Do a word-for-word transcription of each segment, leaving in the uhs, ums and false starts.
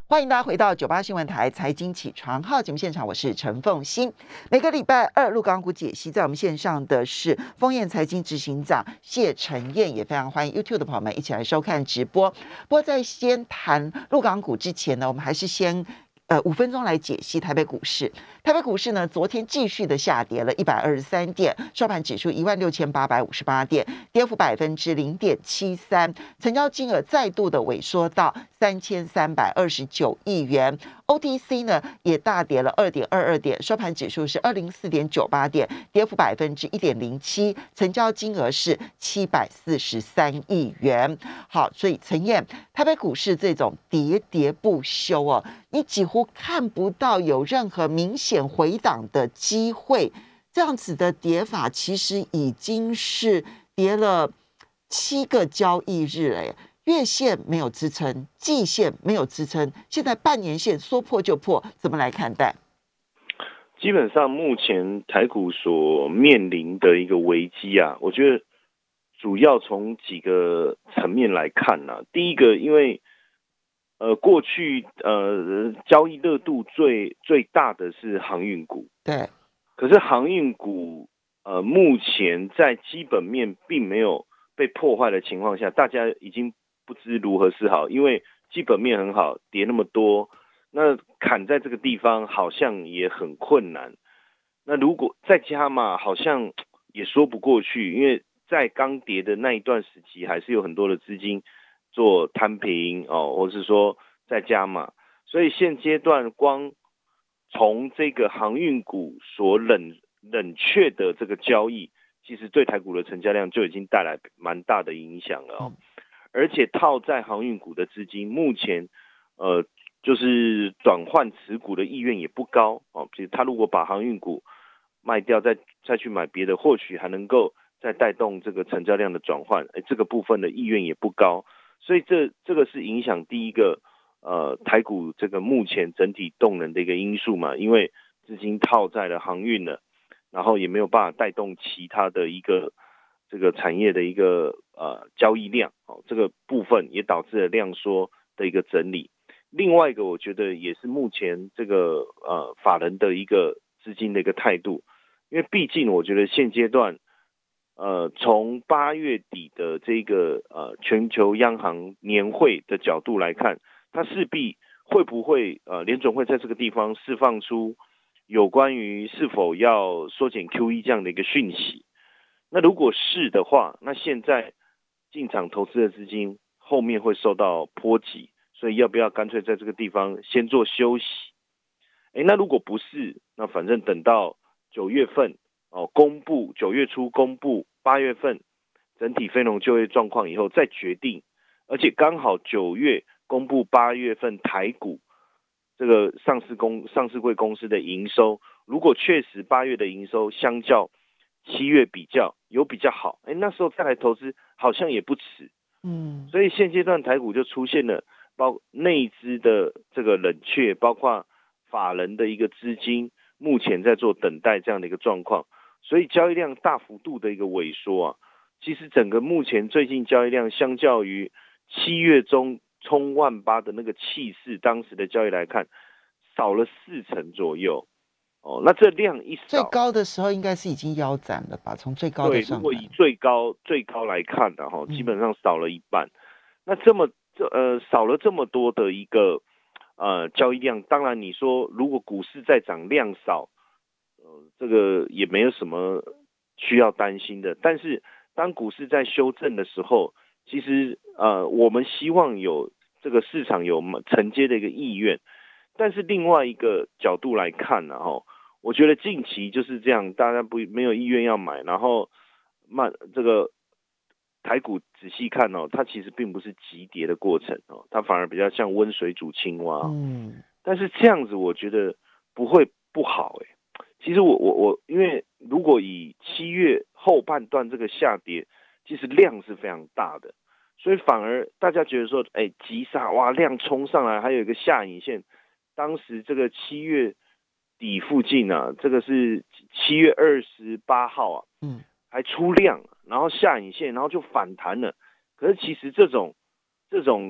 欢迎大家回到九八新闻台财经起床号节目现场，我是陈凤馨。每个礼拜二陆港股解析，在我们线上的是丰燕财经执行长谢晨燕，也非常欢迎 YouTube 的朋友们一起来收看直播。不过在先谈陆港股之前呢，我们还是先呃五分钟来解析台北股市。台北股市呢，昨天继续的下跌了一百二十三点，收盘指数一万六千八百五十八点，跌幅百分之零点七三，成交金额再度的萎缩到三千三百二十九亿元。O T C 呢也大跌了二点二二点，收盘指数是二零四点九八点，跌幅百分之一点零七，成交金额是七百四十三亿元。好，所以陈燕，台北股市这种喋喋不休哦，你几乎看不到有任何明显回档的机会。这样子的跌法其实已经是跌了七个交易日了耶。月线没有支撑，季线没有支撑，现在半年线说破就破，怎么来看待？ 基本上目前台股所面临的一个危机啊，我觉得主要从几个层面来看啊。第一个，因为呃过去呃交易热度最最大的是航运股， 对， 可是航运股呃目前在基本面并没有被破坏的情况下，大家已经不知如何是好，因为基本面很好，跌那么多，那砍在这个地方好像也很困难。那如果再加码，好像也说不过去，因为在刚跌的那一段时期，还是有很多的资金做摊平哦，或是说再加码，所以现阶段光从这个航运股所冷冷却的这个交易，其实对台股的成交量就已经带来蛮大的影响了哦。而且套在航运股的资金，目前呃就是转换持股的意愿也不高哦。其实他如果把航运股卖掉，再再去买别的，或许还能够再带动这个成交量的转换，哎，这个部分的意愿也不高，所以这这个是影响第一个呃台股这个目前整体动能的一个因素嘛，因为资金套在了航运了，然后也没有办法带动其他的一个这个产业的一个呃交易量，哦，这个部分也导致了量缩的一个整理。另外一个，我觉得也是目前这个呃法人的一个资金的一个态度，因为毕竟我觉得现阶段，呃，从八月底的这个呃全球央行年会的角度来看，它势必会不会呃联准会在这个地方释放出有关于是否要缩减 Q E 这样的一个讯息。那如果是的话，那现在进场投资的资金后面会受到波及，所以要不要干脆在这个地方先做休息？哎，那如果不是，那反正等到九月份哦公布，九月初公布，八月份整体非农就业状况以后再决定，而且刚好九月公布八月份台股这个上市公上市柜公司的营收，如果确实八月的营收相较七月比较有比较好，哎，那时候再来投资好像也不迟。 嗯， 所以现阶段台股就出现了包内资的这个冷却，包括法人的一个资金目前在做等待这样的一个状况，所以交易量大幅度的一个萎缩啊。其实整个目前最近交易量相较于七月中冲万八的那个气势，当时的交易来看，少了四成左右。哦，那这量一最少， 高的时候应该是已经腰斩了吧？从最高的对，如上来， 果以最高最高来看的哈，基嗯， 本上少了一半。那这么这呃少了这么多的一个呃交易量，当然你说如果股市再涨量少，呃这个也没有什么需要担心的。但是当股市在修正的时候，其实呃我们希望有这个市场有承接的一个意愿，但是另外一个角度来看呢，哈。我觉得近期就是这样，大家不没有意愿要买，然后慢这个台股仔细看哦，它其实并不是急跌的过程哦，它反而比较像温水煮青蛙哦。 嗯， 但是这样子我觉得不会不好诶。其实我我我，因为如果以七月后半段这个下跌，其实量是非常大的，所以反而大家觉得说，哎，急杀哇，量冲上来，还有一个下影线，当时这个七月底附近啊，这个是七月二十八号啊， 嗯， 还出量，然后下影线，然后就反弹了。可是其实这种这种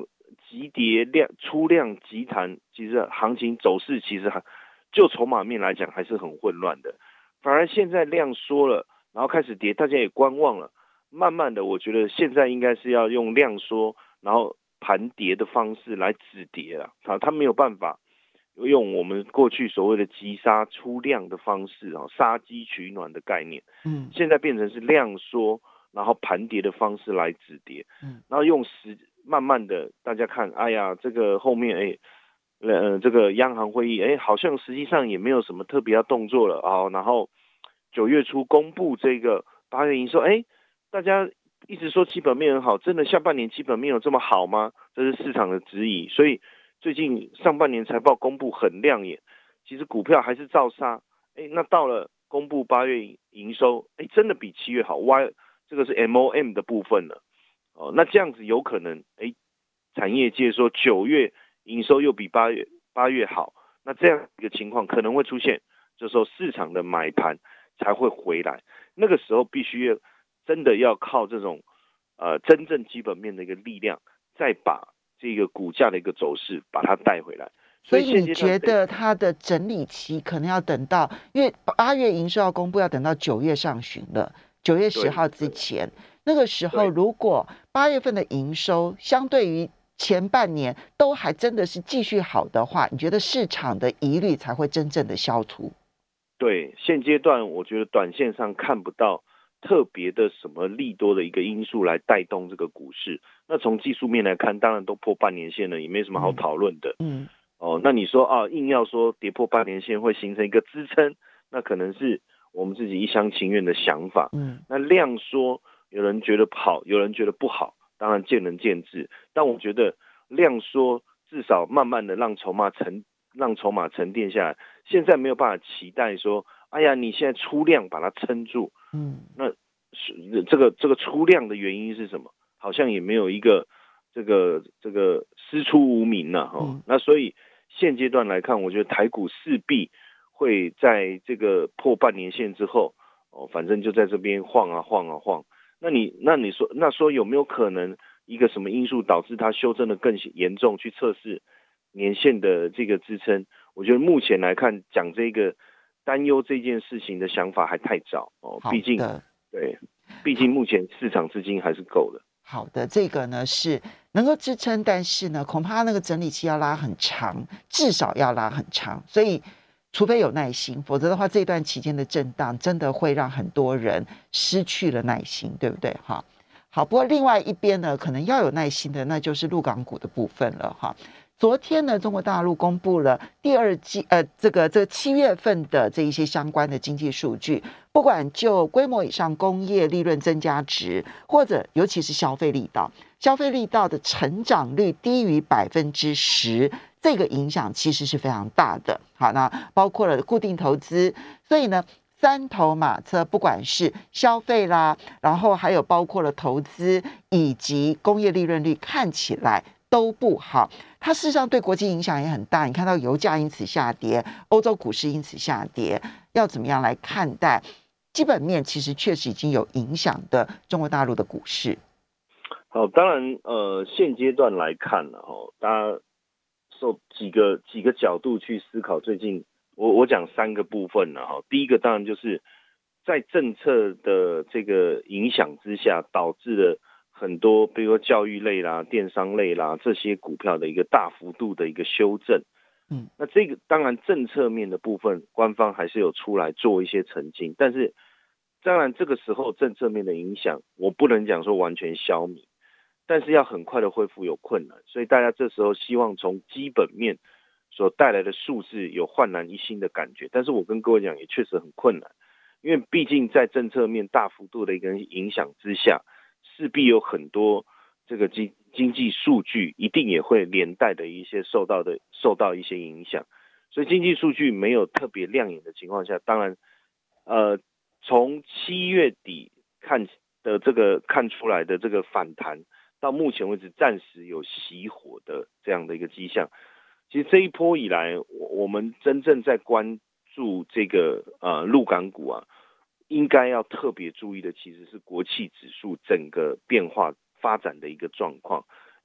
急跌量出量急弹，其实行情走势其实还就筹码面来讲还是很混乱的。反而现在量缩了，然后开始跌，大家也观望了。慢慢的，我觉得现在应该是要用量缩，然后盘跌的方式来止跌了。啊，它没有办法用我们过去所谓的急杀出量的方式啊，杀鸡取暖的概念。嗯，现在变成是量缩，然后盘跌的方式来止跌。嗯，然后用时慢慢的，大家看，哎呀，这个后面哎。呃，这个央行会议，哎，好像实际上也没有什么特别要动作了啊。然后九月初公布这个八月营收，哎，大家一直说基本面很好，真的下半年基本面有这么好吗？这是市场的质疑。所以最近上半年财报公布很亮眼，其实股票还是照杀。哎，那到了公布八月营收，哎，真的比七月好。Y 这个是 M O M 的部分了。哦，那这样子有可能，哎，产业界说九月营收又比八月八月好，那这样一个情况可能会出现，这时候市场的买盘才会回来。那个时候必须要真的要靠这种呃真正基本面的一个力量，再把这个股价的一个走势把它带回来。 所以你觉得它的整理期可能要等到，因为八月营收要公布，要等到九月上旬了，九月十号之前，那个时候如果八月份的营收相对于前半年都还真的是继续好的话，你觉得市场的疑虑才会真正的消除？ 对，现阶段我觉得短线上看不到特别的什么利多的一个因素来带动这个股市。那从技术面来看，当然都破半年线了，也没什么好讨论的。嗯，哦，那你说啊，硬要说跌破半年线会形成一个支撑，那可能是我们自己一厢情愿的想法。嗯，那量缩，有人觉得好，有人觉得不好，当然见仁见智。但我觉得量缩至少慢慢的让筹码沉。让筹码沉淀下来，现在没有办法期待说，哎呀，你现在出量把它撑住，嗯，那是这个这个出量的原因是什么？好像也没有一个这个这个师出无名呐、啊，哈、嗯，那所以现阶段来看，我觉得台股势必会在这个破半年线之后，哦，反正就在这边晃啊晃啊晃。那你那你说那说有没有可能一个什么因素导致它修正的更严重，去测试年线的这个支撑？我觉得目前来看，讲这个担忧这件事情的想法还太早哦。毕竟，对，毕竟目前市场资金还是够的。 好的，这个呢是能够支撑，但是呢，恐怕那个整理期要拉很长，至少要拉很长。所以，除非有耐心，否则的话，这段期间的震荡真的会让很多人失去了耐心，对不对？哈。好，不过另外一边呢，可能要有耐心的，那就是陆港股的部分了哈。昨天呢，中国大陆公布了第二季呃这个这个七月份的这一些相关的经济数据，不管就规模以上工业利润增加值，或者尤其是消费力道，消费力道的成长率低于百分之十，这个影响其实是非常大的。好，那包括了固定投资，所以呢。三头马车，不管是消费啦，然后还有包括了投资以及工业利润率，看起来都不好。它事实上对国际影响也很大。你看到油价因此下跌，欧洲股市因此下跌，要怎么样来看待基本面？其实确实已经有影响的中国大陆的股市。 好，当然，呃，现阶段来看呢，哦，大家受几个几个角度去思考最近。我我讲三个部分了哈，第一个当然就是在政策的这个影响之下，导致了很多比如说教育类啦、电商类啦这些股票的一个大幅度的一个修正。嗯，那这个当然政策面的部分，官方还是有出来做一些澄清，但是当然这个时候政策面的影响，我不能讲说完全消弭，但是要很快的恢复有困难，所以大家这时候希望从基本面所带来的数字有焕然一新的感觉，但是我跟各位讲也确实很困难，因为毕竟在政策面大幅度的一个影响之下，势必有很多这个经经济数据一定也会连带的一些受到的受到一些影响，所以经济数据没有特别亮眼的情况下，当然，呃，从七月底看的这个看出来的这个反弹，到目前为止暂时有熄火的这样的一个迹象。其实这一波以来，我们真正在关注这个呃陆港股啊，应该要特别注意的其实是国企指数整个变化发展的一个状况，因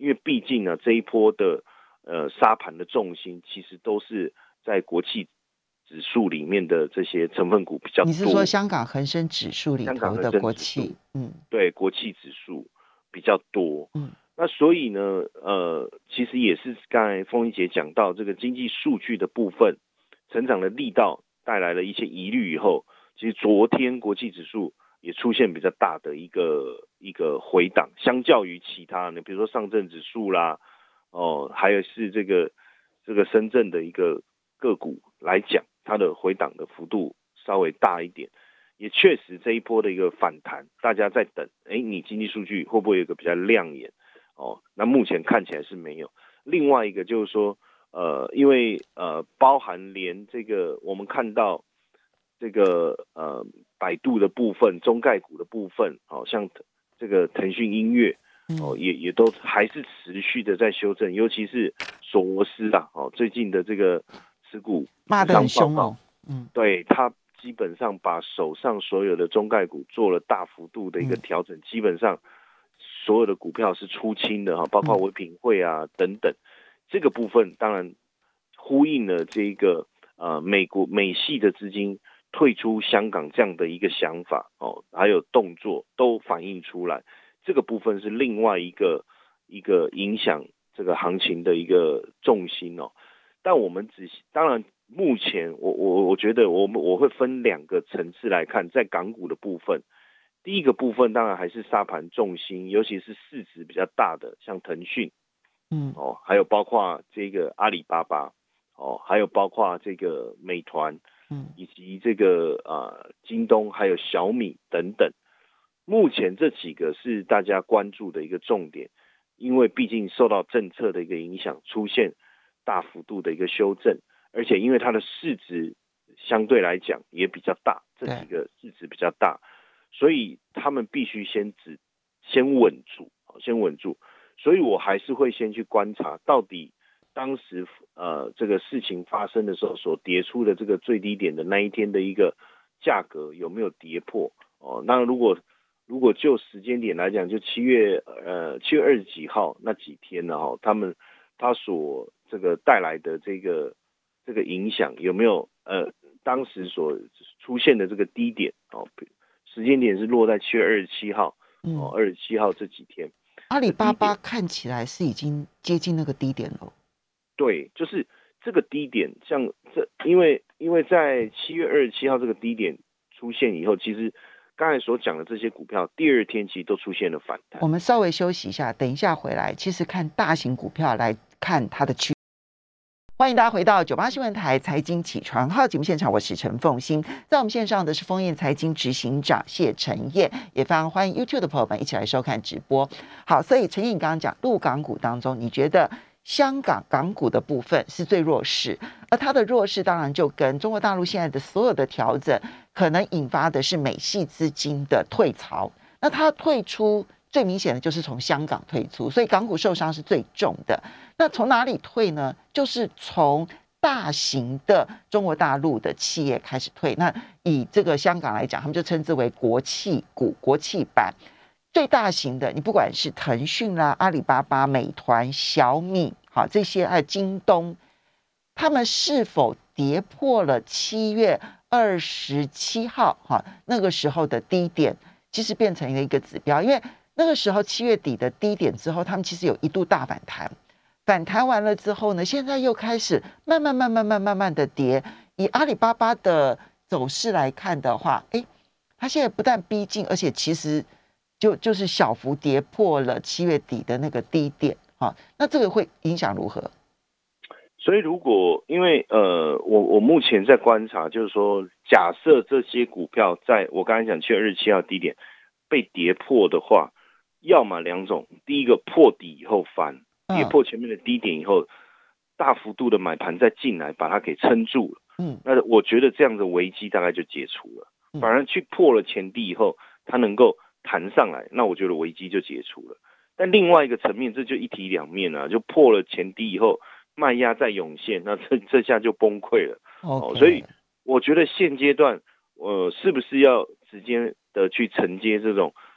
因为毕竟呢这一波的呃沙盘的重心其实都是在国企指数里面的这些成分股比较多。 你是说香港恒生指数里头的国企？ 嗯，对，国企指数比较多。 嗯， 那所以呢，呃，其实也是刚才凤仪姐讲到这个经济数据的部分，成长的力道带来了一些疑虑以后，其实昨天国际指数也出现比较大的一个一个回档，相较于其他的，比如说上证指数啦，哦、呃，还有是这个这个深圳的一个个股来讲，它的回档的幅度稍微大一点。也确实这一波的一个反弹，大家在等，哎，你经济数据会不会有一个比较亮眼？哦，那目前看起来是没有。另外一个就是说，呃，因为呃，包含连这个我们看到这个呃百度的部分、中概股的部分，好、哦、像这个腾讯音乐，哦，也也都还是持续的在修正，尤其是索罗斯啊，哦，最近的这个持股骂得很凶哦， 嗯，对他。基本上把手上所有的中概股做了大幅度的一个调整，嗯、基本上所有的股票是出清的哈，包括唯品会啊等等，这个部分当然呼应了这个呃美国美系的资金退出香港这样的一个想法哦，还有动作都反映出来，这个部分是另外一个一个影响这个行情的一个重心哦。但我们只当然。目前我我我觉得我们我会分两个层次来看，在港股的部分，第一个部分当然还是沙盘重心，尤其是市值比较大的，像腾讯，嗯，哦，还有包括这个阿里巴巴，哦，还有包括这个美团，嗯，以及这个呃京东，还有小米等等，目前这几个是大家关注的一个重点，因为毕竟受到政策的一个影响，出现大幅度的一个修正。而且因为它的市值相对来讲也比较大，这几个市值比较大，所以他们必须先止先稳住，先稳住。所以我还是会先去观察，到底当时呃这个事情发生的时候所跌出的这个最低点的那一天的一个价格有没有跌破哦。那如果如果就时间点来讲，就七月呃七月二十几号那几天呢，哈，他们他所这个带来的这个。这个影响有没有呃，当时所出现的这个低点哦，时间点是落在七月二十七号，哦，二十七号这几天， 阿里巴巴看起来是已经接近那个低点了。 对，就是这个低点，像这，因为因为在七月二十七号这个低点出现以后，其实刚才所讲的这些股票，第二天其实都出现了反弹。 我们稍微休息一下，等一下回来，其实看大型股票来看它的趋。欢迎大家回到九八新闻台财经起床号节目现场，我是陈凤馨，在我们线上的是丰彦财经执行长谢晨彦，也非常欢迎 YouTube 的朋友们一起来收看直播。好，所以晨彦你刚刚讲陆港股当中，你觉得香港港股的部分是最弱势，而它的弱势当然就跟中国大陆现在的所有的调整，可能引发的是美系资金的退潮，那它退出最明显的就是从香港退出，所以港股受伤是最重的。那从哪里退呢？就是从大型的中国大陆的企业开始退。那以这个香港来讲，他们就称之为国企股、国企版。最大型的，你不管是腾讯啦、阿里巴巴、美团、小米，好这些，还有京东，他们是否跌破了七月二十七号哈那个时候的低点，其实变成了一个指标，因为那个时候七月底的低点之后，他们其实有一度大反弹。反弹完了之后呢，现在又开始慢慢慢慢慢慢慢的跌。以阿里巴巴的走势来看的话，哎，它现在不但逼近，而且其实就就是小幅跌破了七月底的那个低点啊。那这个会影响如何？ 所以如果因为呃，我我目前在观察，就是说，假设这些股票在我刚才讲七月二十七号低点被跌破的话，要么两种，第一个破底以后翻。跌破前面的低点以后，大幅度的买盘再进来，把它给撑住了。嗯，那我觉得这样的危机大概就解除了。反而去破了前低以后，它能够弹上来，那我觉得危机就解除了。但另外一个层面，这就一体两面啊，就破了前低以后，卖压再涌现，那这这下就崩溃了。 Okay. 哦，所以我觉得现阶段，呃，是不是要直接的去承接这种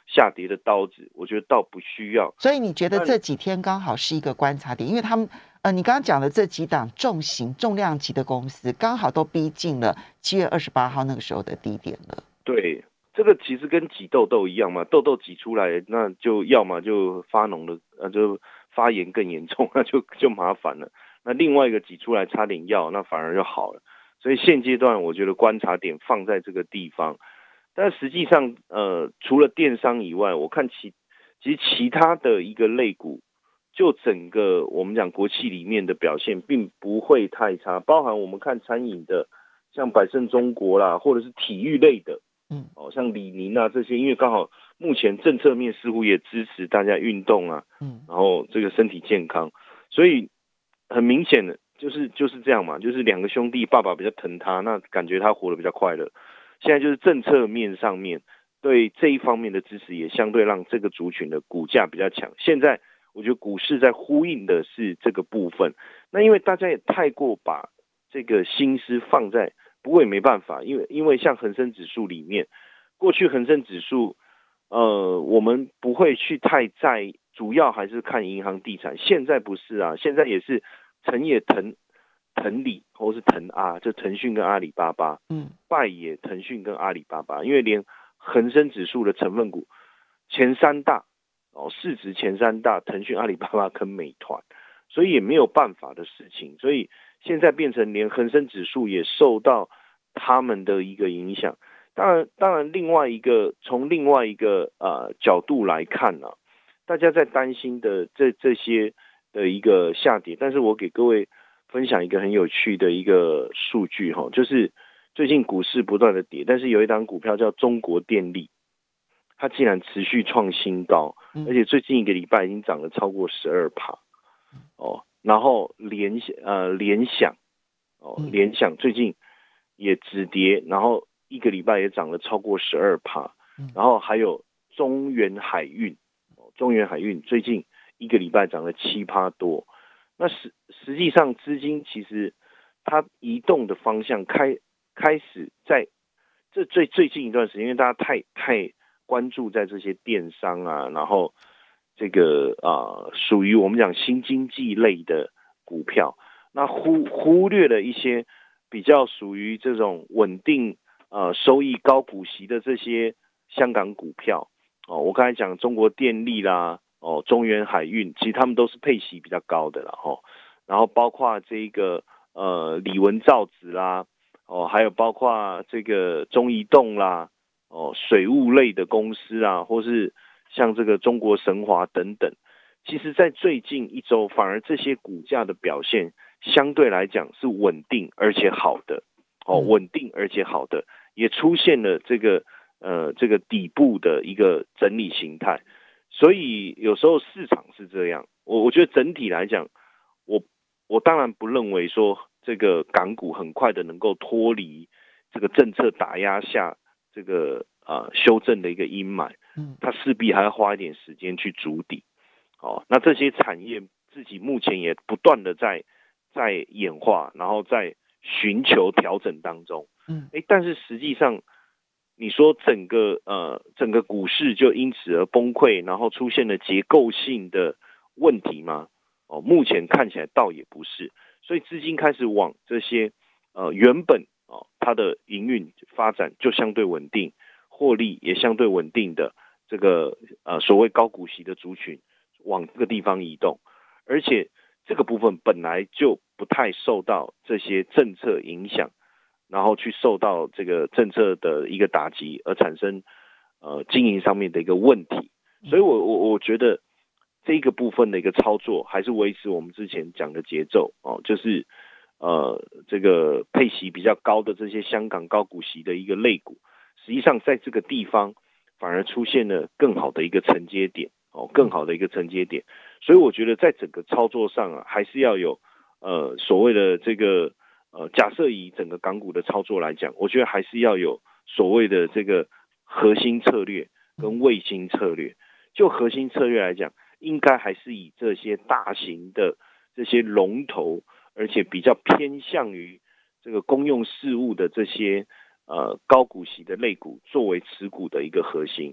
下跌的刀子，我觉得倒不需要。 所以你觉得这几天刚好是一个观察点，因为他们呃，你刚刚讲的这几档重型重量级的公司，刚好都逼近了七月二十八号那个时候的低点了。 对，这个其实跟挤痘痘一样嘛，痘痘挤出来，那就要么就发脓了，呃，就发炎更严重，那就就麻烦了。那另外一个挤出来擦点药，那反而就好了。所以现阶段我觉得观察点放在这个地方，但实际上呃，除了电商以外，我看其其实其他的一个类股，就整个我们讲国企里面的表现并不会太差，包含我们看餐饮的，像百胜中国啦，或者是体育类的。 嗯， 哦，像李宁啊这些，因为刚好目前政策面似乎也支持大家运动啊， 嗯， 然后这个身体健康，所以很明显的就是就是这样嘛，就是两个兄弟，爸爸比较疼他，那感觉他活得比较快乐。现在就是政策面上面对这一方面的支持，也相对让这个族群的股价比较强。现在我觉得股市在呼应的是这个部分，那因为大家也太过把这个心思放在。不过也没办法，因为因为像恒生指数里面，过去恒生指数，呃，我们不会去太在，主要还是看银行地产。现在不是啊，现在也是成也腾腾里或是腾阿，就腾讯跟阿里巴巴， 嗯， 败也腾讯跟阿里巴巴，因为连恒生指数的成分股前三大哦，市值前三大，腾讯、阿里巴巴跟美团，所以也没有办法的事情，所以。现在变成连恒生指数也受到他们的一个影响。当然，当然，另外一个从另外一个呃角度来看呢、啊，大家在担心的这这些的一个下跌，但是我给各位分享一个很有趣的一个数据哈，就是最近股市不断的跌，但是有一档股票叫中国电力，它竟然持续创新高，而且最近一个礼拜已经涨了超过十二趴哦。然后联呃联想哦，联想最近也止跌，然后一个礼拜也涨了超过十二趴，然后还有中原海运，中原海运最近一个礼拜涨了七趴多。那实实际上资金其实它移动的方向开开始在这最最近一段时间，因为大家太太关注在这些电商啊，然后。这个啊，属于我们讲新经济类的股票，那忽忽略了一些比较属于这种稳定呃收益高股息的这些香港股票哦。我刚才讲中国电力啦，哦中原海运，其实他们都是配息比较高的啦哦。然后包括这个呃理文造纸啦，哦还有包括这个中移动啦，哦水务类的公司啊，或是。像这个中国神华等等，其实在最近一周，反而这些股价的表现相对来讲是稳定而且好的，哦，稳定而且好的，也出现了这个呃这个底部的一个整理形态，所以有时候市场是这样，我我觉得整体来讲，我我当然不认为说这个港股很快的能够脱离这个政策打压下这个啊、呃、修正的一个阴霾。它势必还要花一点时间去筑底，哦，那这些产业自己目前也不断的在在演化，然后在寻求调整当中，嗯，哎，但是实际上，你说整个呃整个股市就因此而崩溃，然后出现了结构性的问题吗？哦，目前看起来倒也不是，所以资金开始往这些呃原本哦它的营运发展就相对稳定，获利也相对稳定的。这个呃所谓高股息的族群往这个地方移动，而且这个部分本来就不太受到这些政策影响，然后去受到这个政策的一个打击，而产生呃经营上面的一个问题。所以我我我觉得这个部分的一个操作还是维持我们之前讲的节奏哦，就是呃这个配息比较高的这些香港高股息的一个类股，实际上在这个地方。反而出现了更好的一个承接点哦，更好的一个承接点，所以我觉得在整个操作上啊，还是要有呃所谓的这个呃，假设以整个港股的操作来讲，我觉得还是要有所谓的这个核心策略跟卫星策略。就核心策略来讲，应该还是以这些大型的这些龙头，而且比较偏向于这个公用事务的这些。呃，高股息的类股作为持股的一个核心，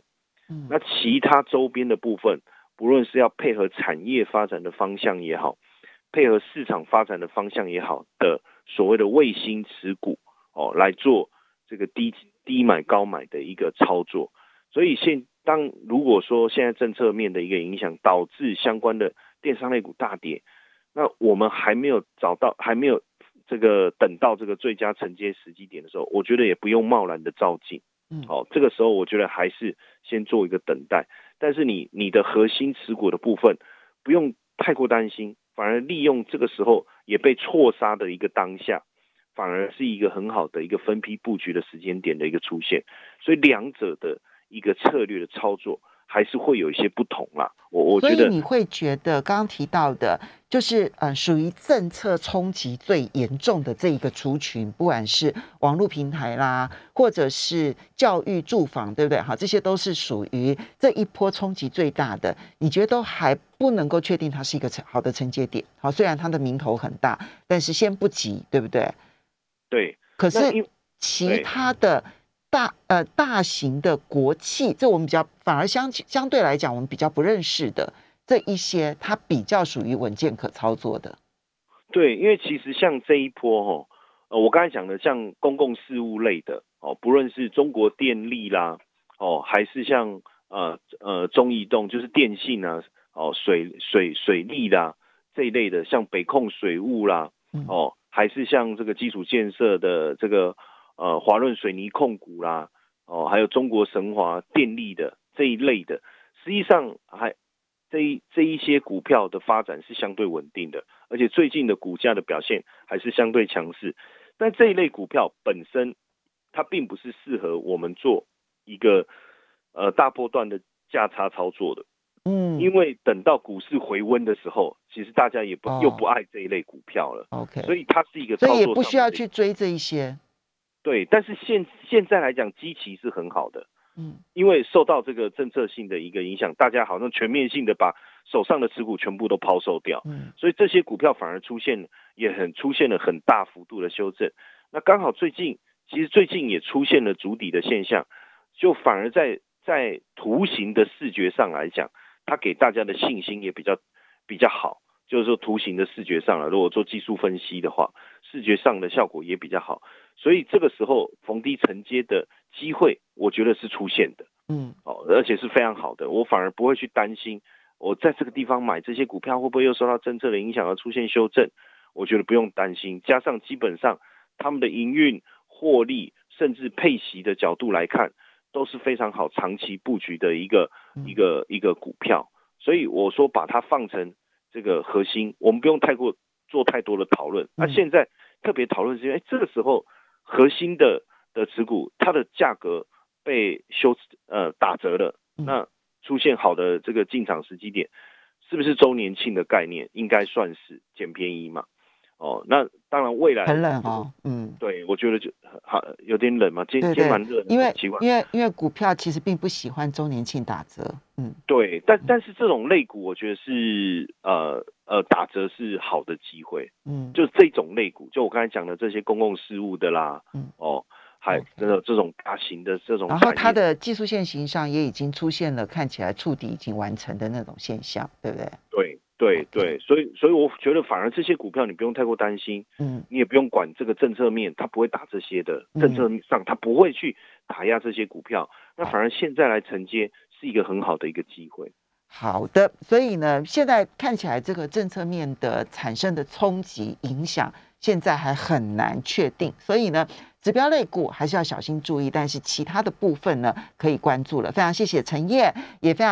嗯， 那其他周边的部分，不论是要配合产业发展的方向也好，配合市场发展的方向也好的所谓的卫星持股哦，来做这个低低买高买的一个操作。所以现当如果说现在政策面的一个影响导致相关的电商类股大跌，那我们还没有找到，还没有这个等到这个最佳承接时机点的时候，我觉得也不用贸然的照进。 嗯， 好、哦，这个时候我觉得还是先做一个等待。但是你你的核心持股的部分不用太过担心，反而利用这个时候也被错杀的一个当下，反而是一个很好的一个分批布局的时间点的一个出现。所以两者的一个策略的操作还是会有一些不同啦。我我觉得， 所以你会觉得刚刚提到的，就是呃，属于政策冲击最严重的这一个族群，不管是网络平台啦，或者是教育、住房，对不对？好，这些都是属于这一波冲击最大的。你觉得都还不能够确定它是一个好的承接点。好，虽然它的名头很大，但是先不急，对不对？ 对。 可是其他的大呃大型的国企，这我们比较反而相相对来讲，我们比较不认识的这一些，它比较属于稳健可操作的。 对，因为其实像这一波哦，呃，我刚才讲的像公共事务类的哦，不论是中国电力啦，哦，还是像呃呃中移动，就是电信啊，哦水水水利啦这一类的，像北控水务啦，哦，还是像这个基础建设的这个呃华润水泥控股啦，哦，还有中国神华电力的这一类的，实际上还这一这一些股票的发展是相对稳定的，而且最近的股价的表现还是相对强势。但这一类股票本身，它并不是适合我们做一个呃大波段的价差操作的。 嗯， 因为等到股市回温的时候，其实大家也不、 哦、 又不爱这一类股票了。 OK， 所以它是一个操作上的， 所以也不需要去追这一些。 对，但是现现在来讲，基期是很好的。 嗯， 因为受到这个政策性的一个影响，大家好像全面性的把手上的持股全部都抛售掉， 嗯， 所以这些股票反而出现也很出现了很大幅度的修正。那刚好最近其实最近也出现了筑底的现象，就反而在在图形的视觉上来讲，它给大家的信心也比较比较好。就是说图形的视觉上了，如果做技术分析的话，视觉上的效果也比较好，所以这个时候逢低承接的机会，我觉得是出现的， 嗯， 哦，而且是非常好的，我反而不会去担心，我在这个地方买这些股票会不会又受到政策的影响而出现修正，我觉得不用担心，加上基本上他们的营运、获利，甚至配息的角度来看，都是非常好长期布局的一个一个一个股票，所以我说把它放成这个核心，我们不用太过做太多的讨论。那、啊、现在特别讨论是因为这个时候核心的的持股，它的价格被修呃打折了，那出现好的这个进场时机点，是不是周年庆的概念？应该算是捡便宜嘛。哦，那当然未来很冷哦，嗯， 对，我觉得就好有点冷嘛，今对对今天蛮热的， 因为奇怪， 因为因为股票其实并不喜欢周年庆打折，嗯， 对，但但是这种类股，我觉得是呃呃打折是好的机会， 嗯， 就这种类股，就我刚才讲的这些公共事务的啦，嗯，哦，还这个这种大型的这种， 然后它的技术线型上也已经出现了看起来触底已经完成的那种现象，对不对？ 对。对对，所以所以我觉得反而这些股票你不用太过担心，嗯，你也不用管这个政策面，它不会打这些的，政策上它不会去打压这些股票，那反而现在来承接是一个很好的一个机会。 好的，所以呢，现在看起来这个政策面的产生的冲击影响，现在还很难确定，所以呢，指标类股还是要小心注意，但是其他的部分呢，可以关注了。非常谢谢陈燕，也非常。